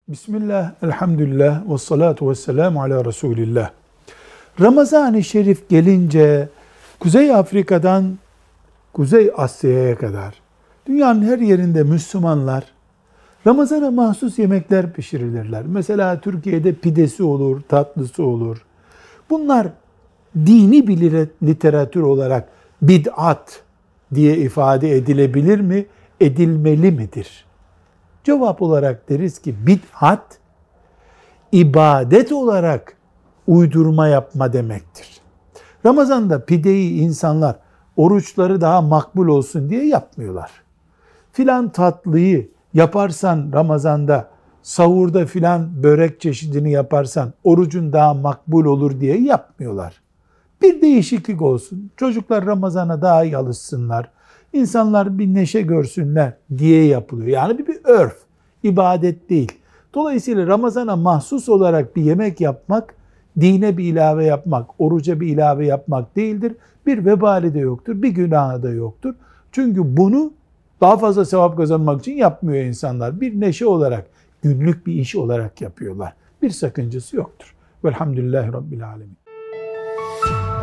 Bismillah, elhamdülillah, ve salatu ve selamu ala Resulillah. Ramazan-ı Şerif gelince Kuzey Afrika'dan Kuzey Asya'ya kadar dünyanın her yerinde Müslümanlar Ramazan'a mahsus yemekler pişirilirler. Mesela Türkiye'de pidesi olur, tatlısı olur. Bunlar dini bir literatür olarak bid'at diye ifade edilebilir mi, edilmeli midir? Cevap olarak deriz ki bid'at, ibadet olarak uydurma yapma demektir. Ramazan'da pideyi insanlar oruçları daha makbul olsun diye yapmıyorlar. Filan tatlıyı yaparsan Ramazan'da, sahurda filan börek çeşidini yaparsan orucun daha makbul olur diye yapmıyorlar. Bir değişiklik olsun, çocuklar Ramazan'a daha iyi alışsınlar, İnsanlar bir neşe görsünler diye yapılıyor. Yani bir örf, ibadet değil. Dolayısıyla Ramazan'a mahsus olarak bir yemek yapmak, dine bir ilave yapmak, oruca bir ilave yapmak değildir. Bir vebali de yoktur, bir günahı da yoktur. Çünkü bunu daha fazla sevap kazanmak için yapmıyor insanlar. Bir neşe olarak, günlük bir iş olarak yapıyorlar. Bir sakıncası yoktur. Velhamdülillahi Rabbil Alemin.